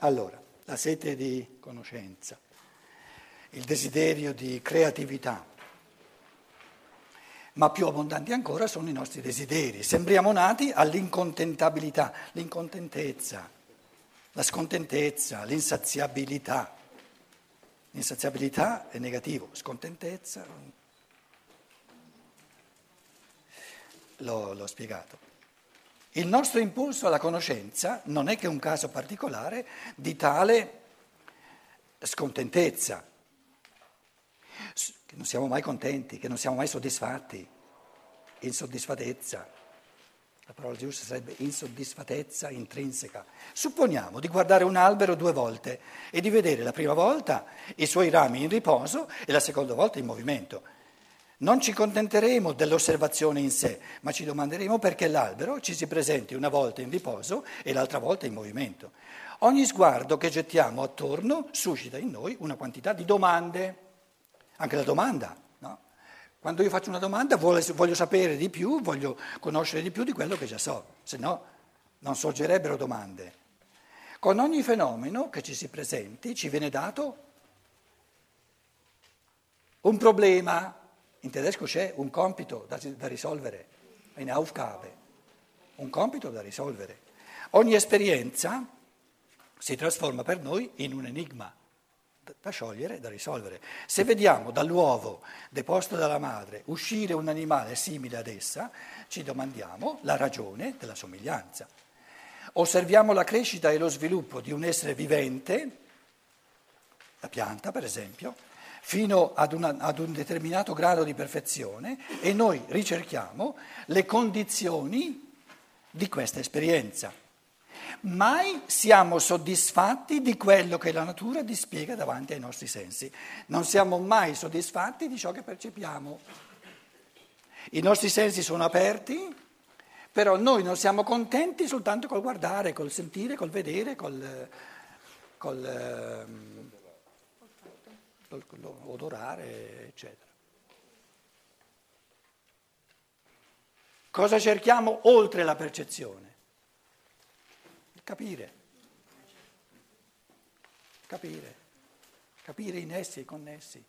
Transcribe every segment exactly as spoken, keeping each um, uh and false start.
Allora, la sete di conoscenza, il desiderio di creatività, ma più abbondanti ancora sono i nostri desideri. Sembriamo nati all'incontentabilità, l'incontentezza, la scontentezza, l'insaziabilità. L'insaziabilità è negativo, scontentezza, l'ho, l'ho spiegato. Il nostro impulso alla conoscenza non è che un caso particolare di tale scontentezza, che non siamo mai contenti, che non siamo mai soddisfatti, insoddisfatezza. La parola giusta sarebbe insoddisfatezza intrinseca. Supponiamo di guardare un albero due volte e di vedere la prima volta i suoi rami in riposo e la seconda volta in movimento. Non ci contenteremo dell'osservazione in sé, ma ci domanderemo perché l'albero ci si presenti una volta in riposo e l'altra volta in movimento. Ogni sguardo che gettiamo attorno suscita in noi una quantità di domande, anche la domanda, no? Quando io faccio una domanda voglio, voglio sapere di più, voglio conoscere di più di quello che già so, se no non sorgerebbero domande. Con ogni fenomeno che ci si presenti ci viene dato un problema. In tedesco c'è un compito da, da risolvere, eine Aufgabe, un compito da risolvere. Ogni esperienza si trasforma per noi in un enigma da, da sciogliere, da risolvere. Se vediamo dall'uovo deposto dalla madre uscire un animale simile ad essa, ci domandiamo la ragione della somiglianza. Osserviamo la crescita e lo sviluppo di un essere vivente, la pianta per esempio, fino ad, una, ad un determinato grado di perfezione e noi ricerchiamo le condizioni di questa esperienza. Mai siamo soddisfatti di quello che la natura dispiega davanti ai nostri sensi. Non siamo mai soddisfatti di ciò che percepiamo. I nostri sensi sono aperti, però noi non siamo contenti soltanto col guardare, col sentire, col vedere, col... col odorare, eccetera. Cosa cerchiamo oltre la percezione? Capire. Capire. Capire i nessi e i connessi.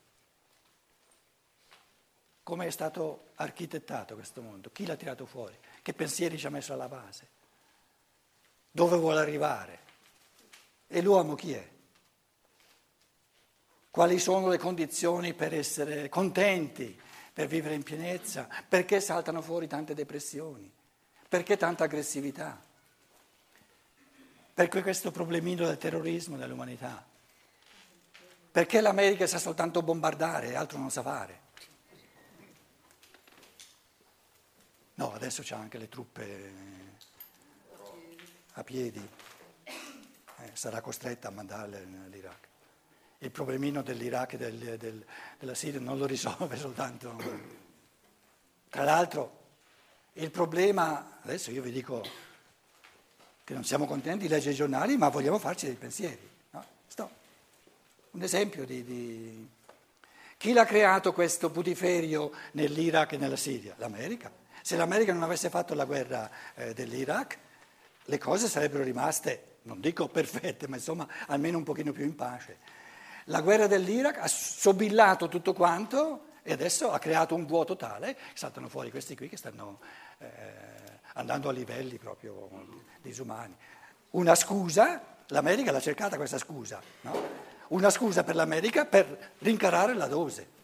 Come è stato architettato questo mondo? Chi l'ha tirato fuori? Che pensieri ci ha messo alla base? Dove vuole arrivare? E l'uomo chi è? Quali sono le condizioni per essere contenti, per vivere in pienezza? Perché saltano fuori tante depressioni? Perché tanta aggressività? Perché questo problemino del terrorismo nell'umanità? Perché l'America sa soltanto bombardare e altro non sa fare? No, adesso c'ha anche le truppe a piedi, eh, sarà costretta a mandarle nell'Iraq. Il problemino dell'Iraq e del, del, della Siria non lo risolve soltanto. Tra l'altro, il problema, adesso io vi dico che non siamo contenti di leggere i giornali, ma vogliamo farci dei pensieri. No? Sto. Un esempio di, di... Chi l'ha creato questo putiferio nell'Iraq e nella Siria? L'America. Se l'America non avesse fatto la guerra eh, dell'Iraq, le cose sarebbero rimaste, non dico perfette, ma insomma almeno un pochino più in pace. La guerra dell'Iraq ha sobillato tutto quanto e adesso ha creato un vuoto tale che saltano fuori questi qui che stanno eh, andando a livelli proprio disumani. Una scusa, l'America l'ha cercata questa scusa, no? Una scusa per l'America per rincarare la dose.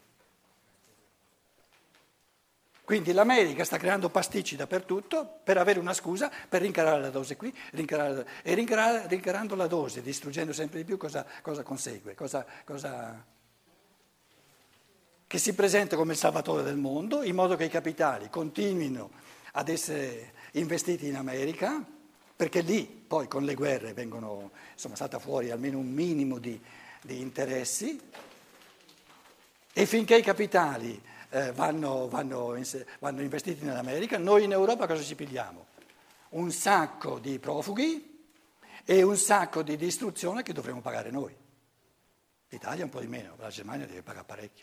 Quindi l'America sta creando pasticci dappertutto per avere una scusa per rincarare la dose qui, rincarare la... e rincarare, rincarando la dose, distruggendo sempre di più, cosa, cosa consegue? Cosa, cosa... Che si presenta come il salvatore del mondo, in modo che i capitali continuino ad essere investiti in America, perché lì poi con le guerre vengono, insomma, salta fuori almeno un minimo di, di interessi, e finché i capitali Eh, vanno, vanno, vanno investiti nell'America, noi in Europa cosa ci pigliamo? Un sacco di profughi e un sacco di distruzione che dovremo pagare noi. L'Italia un po' di meno, la Germania deve pagare parecchio.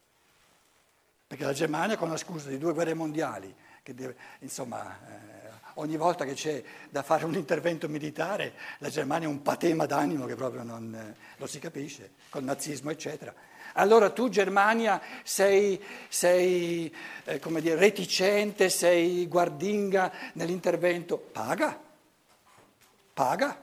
Perché la Germania con la scusa di due guerre mondiali, che deve, insomma, eh, ogni volta che c'è da fare un intervento militare, la Germania è un patema d'animo che proprio non eh, lo si capisce, col nazismo eccetera. Allora tu Germania sei, sei eh, come dire, reticente, sei guardinga nell'intervento, paga, paga.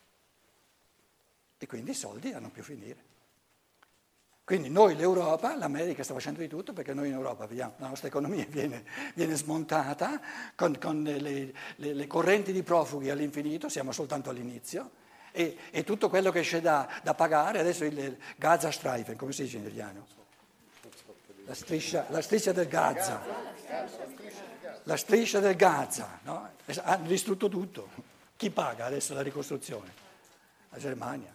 E quindi i soldi hanno più finire. Quindi noi l'Europa, l'America sta facendo di tutto perché noi in Europa vediamo la nostra economia viene, viene smontata con, con le, le, le correnti di profughi all'infinito, siamo soltanto all'inizio, e, e tutto quello che c'è da, da pagare, adesso il Gazastreifen, come si dice in italiano? La striscia, la striscia del Gaza, la striscia del Gaza, no? Hanno distrutto tutto. Chi paga adesso la ricostruzione? La Germania.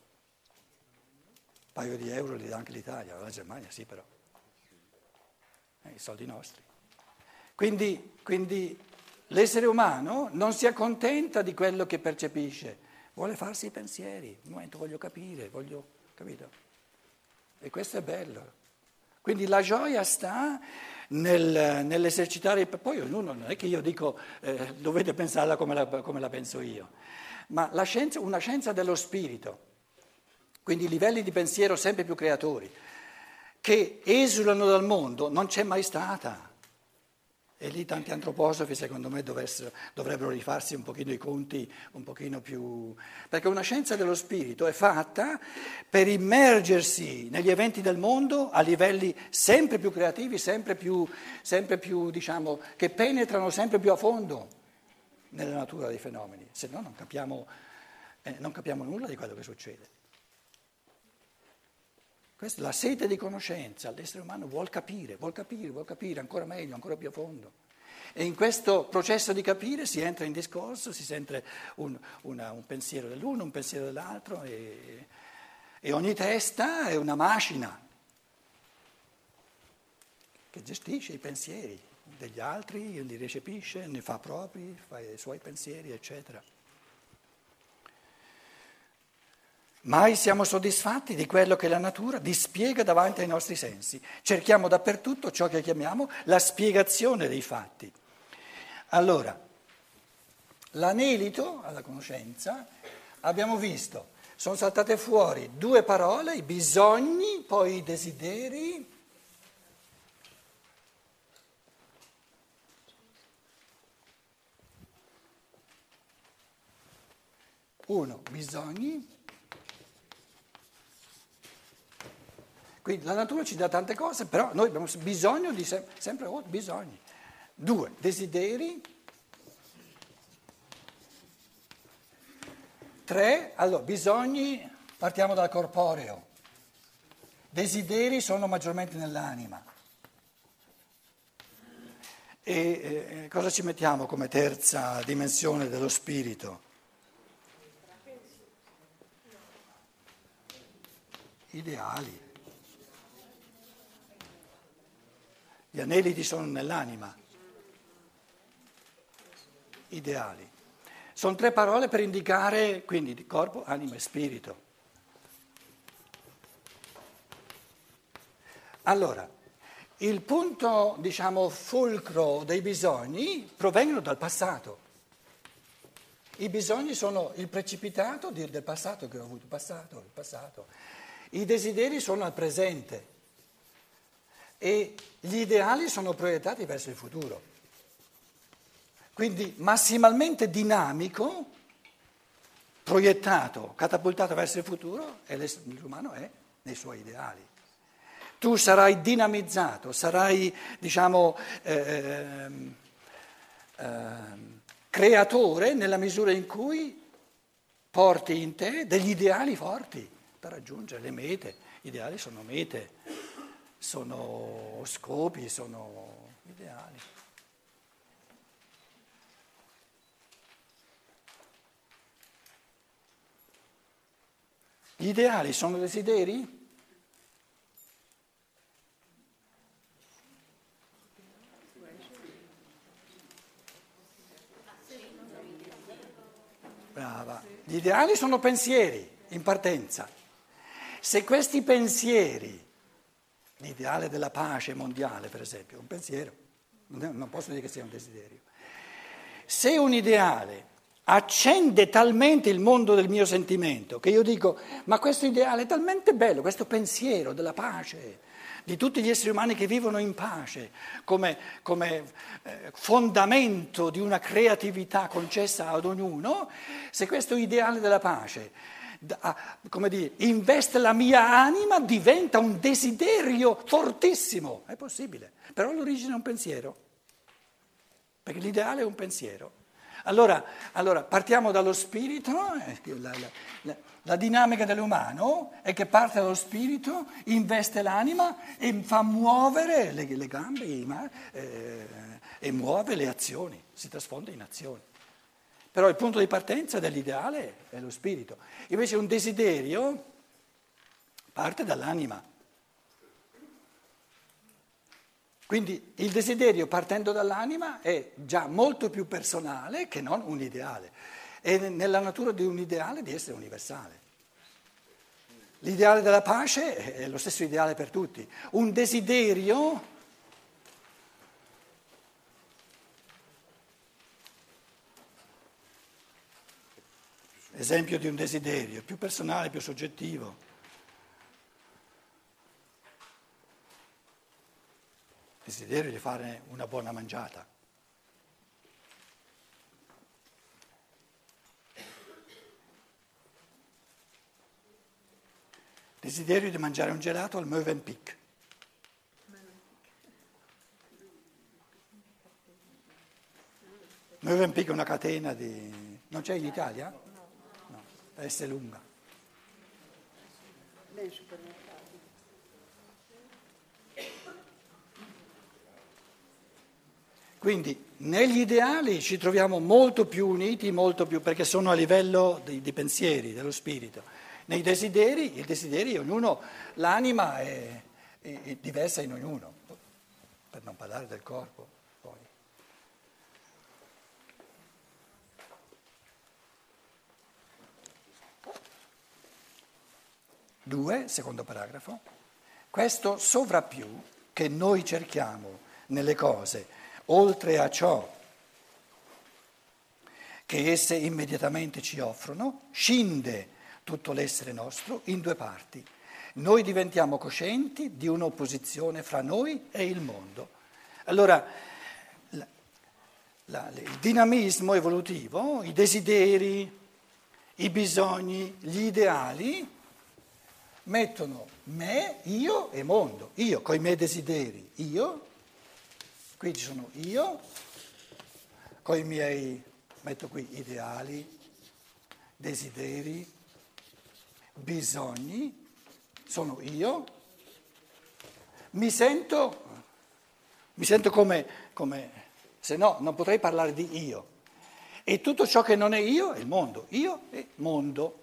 Un paio di euro li dà anche l'Italia, la Germania sì però, eh, i soldi nostri. Quindi, quindi l'essere umano non si accontenta di quello che percepisce, vuole farsi i pensieri, un momento voglio capire, voglio, capito? E questo è bello. Quindi la gioia sta nel, nell'esercitare, poi ognuno, non è che io dico eh, dovete pensarla come la, come la penso io, ma la scienza, una scienza dello spirito. Quindi livelli di pensiero sempre più creatori, che esulano dal mondo, non c'è mai stata. E lì tanti antroposofi secondo me dovrebbero rifarsi un pochino i conti, un pochino più... Perché una scienza dello spirito è fatta per immergersi negli eventi del mondo a livelli sempre più creativi, sempre più, sempre più diciamo, che penetrano sempre più a fondo nella natura dei fenomeni, se no non capiamo, eh, non capiamo nulla di quello che succede. Questa è la sete di conoscenza, l'essere umano vuol capire, vuol capire, vuol capire ancora meglio, ancora più a fondo. E in questo processo di capire si entra in discorso, si sente un, una, un pensiero dell'uno, un pensiero dell'altro e, e ogni testa è una macina che gestisce i pensieri degli altri, li recepisce, ne fa propri, fa i suoi pensieri, eccetera. Mai siamo soddisfatti di quello che la natura dispiega davanti ai nostri sensi. Cerchiamo dappertutto ciò che chiamiamo la spiegazione dei fatti. Allora, l'anelito alla conoscenza, abbiamo visto, sono saltate fuori due parole, i bisogni, poi i desideri. Uno, bisogni. Quindi la natura ci dà tante cose, però noi abbiamo bisogno di se- sempre oh, bisogni. Due, desideri. Tre, allora, bisogni, partiamo dal corporeo. Desideri sono maggiormente nell'anima. E eh, cosa ci mettiamo come terza dimensione dello spirito? Ideali. Gli aneliti sono nell'anima, ideali. Sono tre parole per indicare, quindi, corpo, anima e spirito. Allora, il punto, diciamo, fulcro dei bisogni provengono dal passato. I bisogni sono il precipitato del passato che ho avuto, passato, il passato. I desideri sono al presente. E gli ideali sono proiettati verso il futuro. Quindi massimalmente dinamico, proiettato, catapultato verso il futuro, e l'umano è nei suoi ideali. Tu sarai dinamizzato, sarai, diciamo, eh, eh, creatore nella misura in cui porti in te degli ideali forti per raggiungere le mete. Gli ideali sono mete. Sono scopi, sono ideali. Gli ideali sono desideri? Brava. Gli ideali sono pensieri in partenza. Se questi pensieri, l'ideale della pace mondiale, per esempio, è un pensiero, non posso dire che sia un desiderio. se un ideale accende talmente il mondo del mio sentimento che io dico, ma questo ideale è talmente bello, questo pensiero della pace, di tutti gli esseri umani che vivono in pace, come, come eh, fondamento di una creatività concessa ad ognuno, se questo ideale della pace, da, come dire, investe la mia anima, diventa un desiderio fortissimo, è possibile, però l'origine è un pensiero, perché l'ideale è un pensiero. Allora, allora partiamo dallo spirito, eh, la, la, la, la dinamica dell'umano è che parte dallo spirito, investe l'anima e fa muovere le, le gambe ma, eh, e muove le azioni, si trasfonde in azioni. Però il punto di partenza dell'ideale è lo spirito. Invece un desiderio parte dall'anima. Quindi il desiderio partendo dall'anima è già molto più personale che non un ideale. È nella natura di un ideale di essere universale. L'ideale della pace è lo stesso ideale per tutti. Un desiderio esempio di un desiderio più personale, più soggettivo. Desiderio di fare una buona mangiata. Desiderio di mangiare un gelato al Mövenpick. Mövenpick è una catena di... non c'è in Italia? No, deve essere lunga. Quindi negli ideali ci troviamo molto più uniti, molto più, perché sono a livello di, di pensieri, dello spirito. Nei desideri, i desideri, ognuno, l'anima è, è, è diversa in ognuno, per non parlare del corpo. Poi. Due, secondo paragrafo, questo sovrappiù che noi cerchiamo nelle cose, oltre a ciò che esse immediatamente ci offrono, scinde tutto l'essere nostro in due parti. Noi diventiamo coscienti di un'opposizione fra noi e il mondo. Allora, la, la, il dinamismo evolutivo, i desideri, i bisogni, gli ideali, mettono me, io e mondo. Io con i miei desideri, io... Qui ci sono io, con i miei, metto qui, ideali, desideri, bisogni, sono io, mi sento, mi sento come, come, se no non potrei parlare di io. E tutto ciò che non è io è il mondo, io e mondo.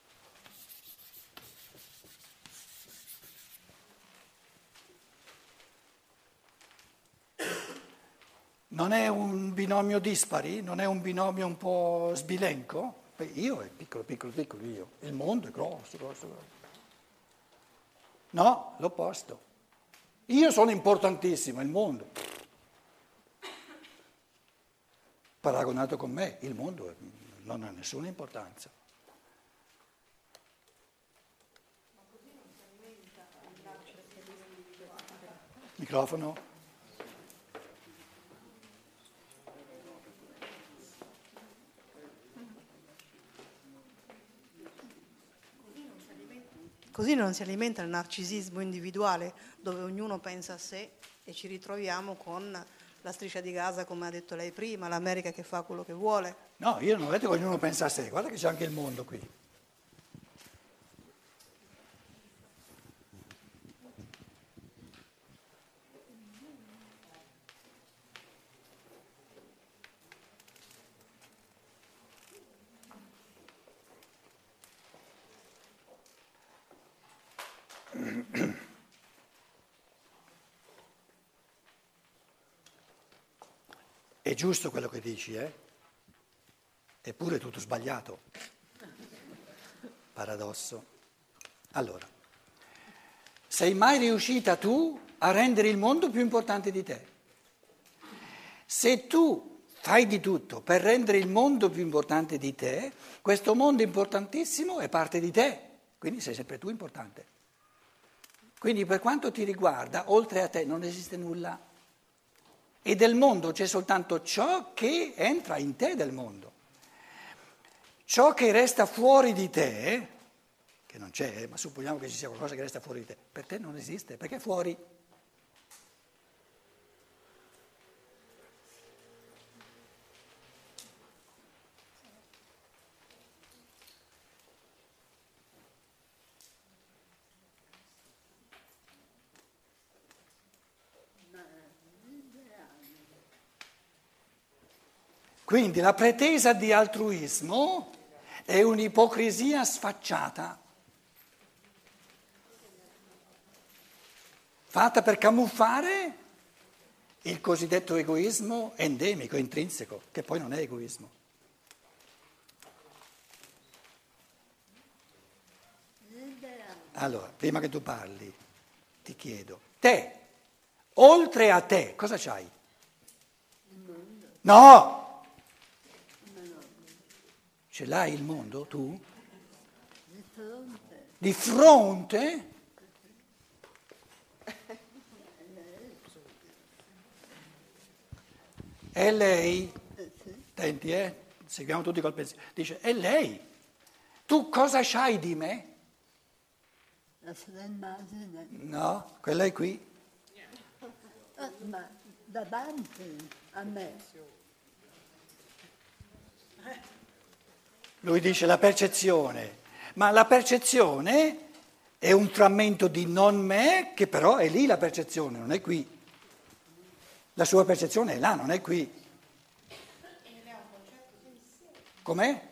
Non è un binomio dispari? Non è un binomio un po' sbilenco? Beh, io è piccolo, piccolo, piccolo, io. Il mondo è grosso, grosso, grosso. No, l'opposto. Io sono importantissimo, il mondo. Paragonato con me, il mondo non ha nessuna importanza. Microfono. Così non si alimenta il narcisismo individuale, dove ognuno pensa a sé e ci ritroviamo con la striscia di Gaza, come ha detto lei prima, l'America che fa quello che vuole. No, io non vedo che ognuno pensa a sé, guarda che c'è anche il mondo qui. È giusto quello che dici, eh? Eppure è tutto sbagliato. Paradosso. Allora, sei mai riuscita tu a rendere il mondo più importante di te? Se tu fai di tutto per rendere il mondo più importante di te, questo mondo importantissimo è parte di te, quindi sei sempre tu importante. Quindi per quanto ti riguarda, oltre a te non esiste nulla. E del mondo c'è soltanto ciò che entra in te del mondo. Ciò che resta fuori di te, che non c'è, ma supponiamo che ci sia qualcosa che resta fuori di te, per te non esiste, perché è fuori. Quindi la pretesa di altruismo è un'ipocrisia sfacciata, fatta per camuffare il cosiddetto egoismo endemico, intrinseco, che poi non è egoismo. Allora, prima che tu parli, ti chiedo, te, oltre a te, cosa c'hai? No! Ce l'hai il mondo, tu? Di fronte. Di fronte? È lei? Attenti, eh? Seguiamo tutti col pensiero. Dice, è lei. Tu cosa c'hai di me? La sua immagine. No, quella è qui. Ah, ma davanti a me. Lui dice la percezione, ma la percezione è un frammento di non me che però è lì la percezione, non è qui. La sua percezione è là, non è qui. Com'è?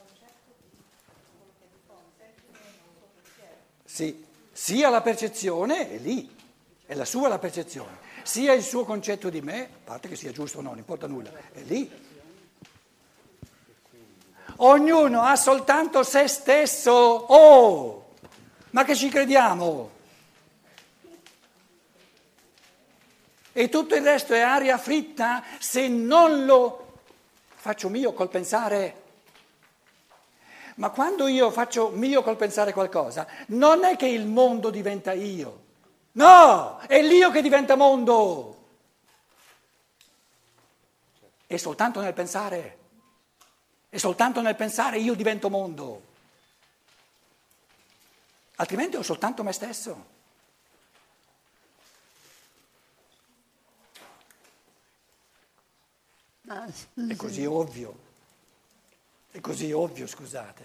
Sì, sia la percezione è lì, è la sua la percezione, sia il suo concetto di me, a parte che sia giusto o no, non importa nulla, è lì. Ognuno ha soltanto se stesso, oh, ma che ci crediamo? E tutto il resto è aria fritta se non lo faccio mio col pensare. Ma quando io faccio mio col pensare qualcosa, non è che il mondo diventa io, no, è l'io che diventa mondo. È soltanto nel pensare. E soltanto nel pensare io divento mondo, altrimenti ho soltanto me stesso. Ma È scusi, così ovvio, è così ovvio, scusate.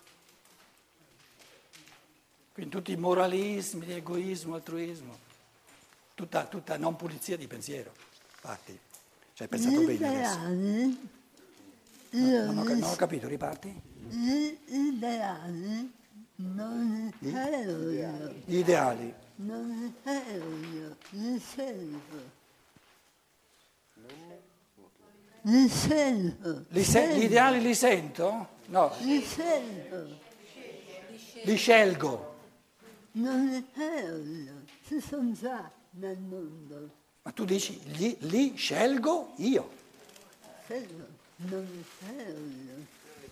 Quindi tutti i moralismi, l'egoismo, l'altruismo, tutta, tutta non pulizia di pensiero, infatti, ci hai pensato gli bene adesso. ideali, No, io non, ho, li- non ho capito, riparti? gli ideali non li creo io, Gli ideali. non li creo io, li scelgo. Li scelgo. Li se- gli ideali li sento? No, Li scelgo. li scelgo. Non li creo io, ci sono già nel mondo. Ma tu dici, li, li scelgo io. Scelgo, non li creo io.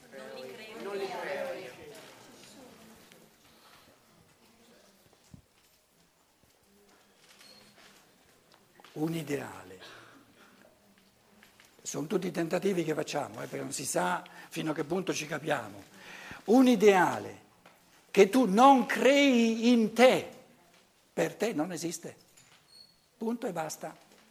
Un ideale. Sono tutti tentativi che facciamo, eh, perché non si sa fino a che punto ci capiamo. Un ideale che tu non crei in te, per te non esiste. Punto e basta.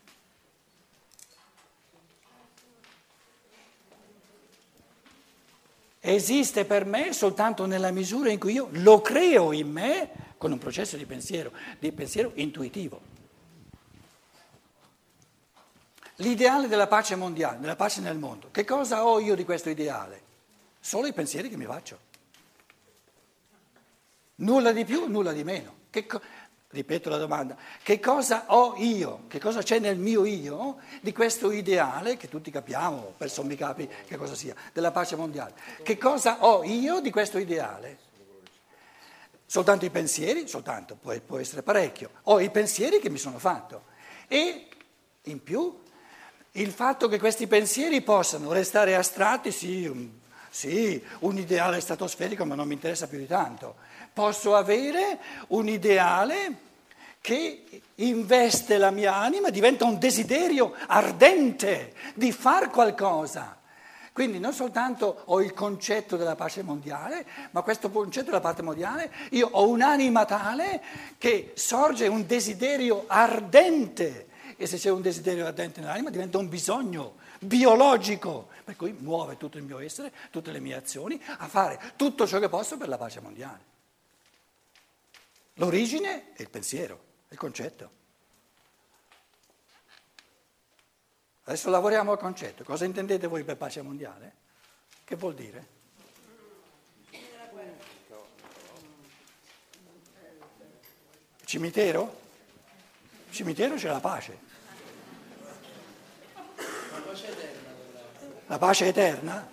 Esiste per me soltanto nella misura in cui io lo creo in me con un processo di pensiero, di pensiero intuitivo. L'ideale della pace mondiale, della pace nel mondo, che cosa ho io di questo ideale? Solo i pensieri che mi faccio. Nulla di più, nulla di meno. Che co- Ripeto la domanda, che cosa ho io, che cosa c'è nel mio io di questo ideale, che tutti capiamo per sommi capi che cosa sia, della pace mondiale. Che cosa ho io di questo ideale? Soltanto i pensieri, soltanto, può, può essere parecchio, ho i pensieri che mi sono fatto e in più Il fatto che questi pensieri possano restare astratti, sì, un, sì, un ideale stratosferico, ma non mi interessa più di tanto. Posso avere un ideale che investe la mia anima, diventa un desiderio ardente di far qualcosa. Quindi non soltanto ho il concetto della pace mondiale, ma questo concetto della pace mondiale, io ho un'anima tale che sorge un desiderio ardente. E se c'è un desiderio ardente nell'anima diventa un bisogno biologico, per cui muove tutto il mio essere, tutte le mie azioni, a fare tutto ciò che posso per la pace mondiale. L'origine è il pensiero, è il concetto. Adesso lavoriamo al concetto. Cosa intendete voi per pace mondiale? Che vuol dire? Cimitero? Cimitero c'è la pace. La pace eterna?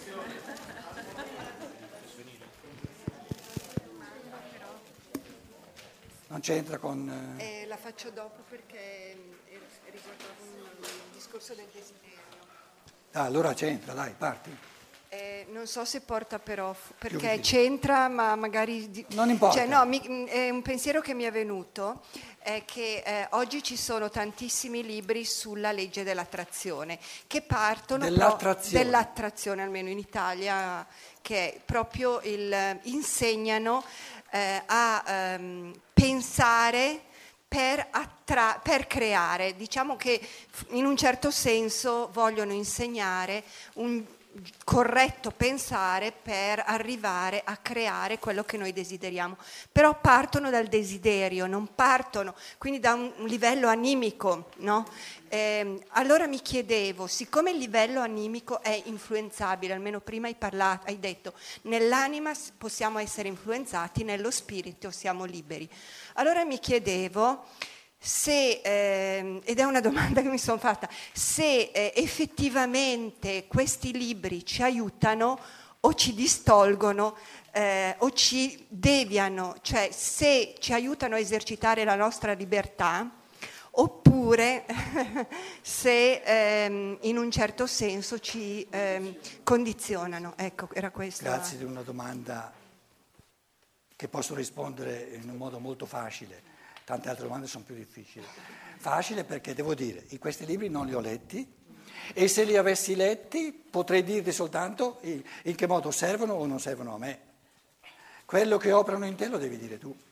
Non c'entra con... Eh, la faccio dopo perché riguardava un discorso del desiderio. Ah, allora c'entra, dai, parti. Eh, non so se porta però, perché utile. c'entra, ma magari... di- Non importa. Cioè, no, mi- è un pensiero che mi è venuto, è che eh, oggi ci sono tantissimi libri sulla legge dell'attrazione, che partono... pro- Dell'attrazione. dell'attrazione, almeno in Italia, che proprio il, insegnano eh, a ehm, pensare... Per, attra- per creare, diciamo che in un certo senso vogliono insegnare un corretto pensare per arrivare a creare quello che noi desideriamo, però partono dal desiderio, non partono quindi da un livello animico, no? Eh, allora mi chiedevo, siccome il livello animico è influenzabile, almeno prima hai parlato, hai detto, nell'anima possiamo essere influenzati, nello spirito siamo liberi. Allora mi chiedevo se, eh, ed è una domanda che mi sono fatta, se eh, effettivamente questi libri ci aiutano o ci distolgono eh, o ci deviano, cioè se ci aiutano a esercitare la nostra libertà oppure se ehm, in un certo senso ci ehm, condizionano. Ecco, era questa. Grazie di una domanda che posso rispondere in un modo molto facile, tante altre domande sono più difficili. Facile perché devo dire, in questi libri non li ho letti e se li avessi letti potrei dirti soltanto in che modo servono o non servono a me. Quello che operano in te lo devi dire tu.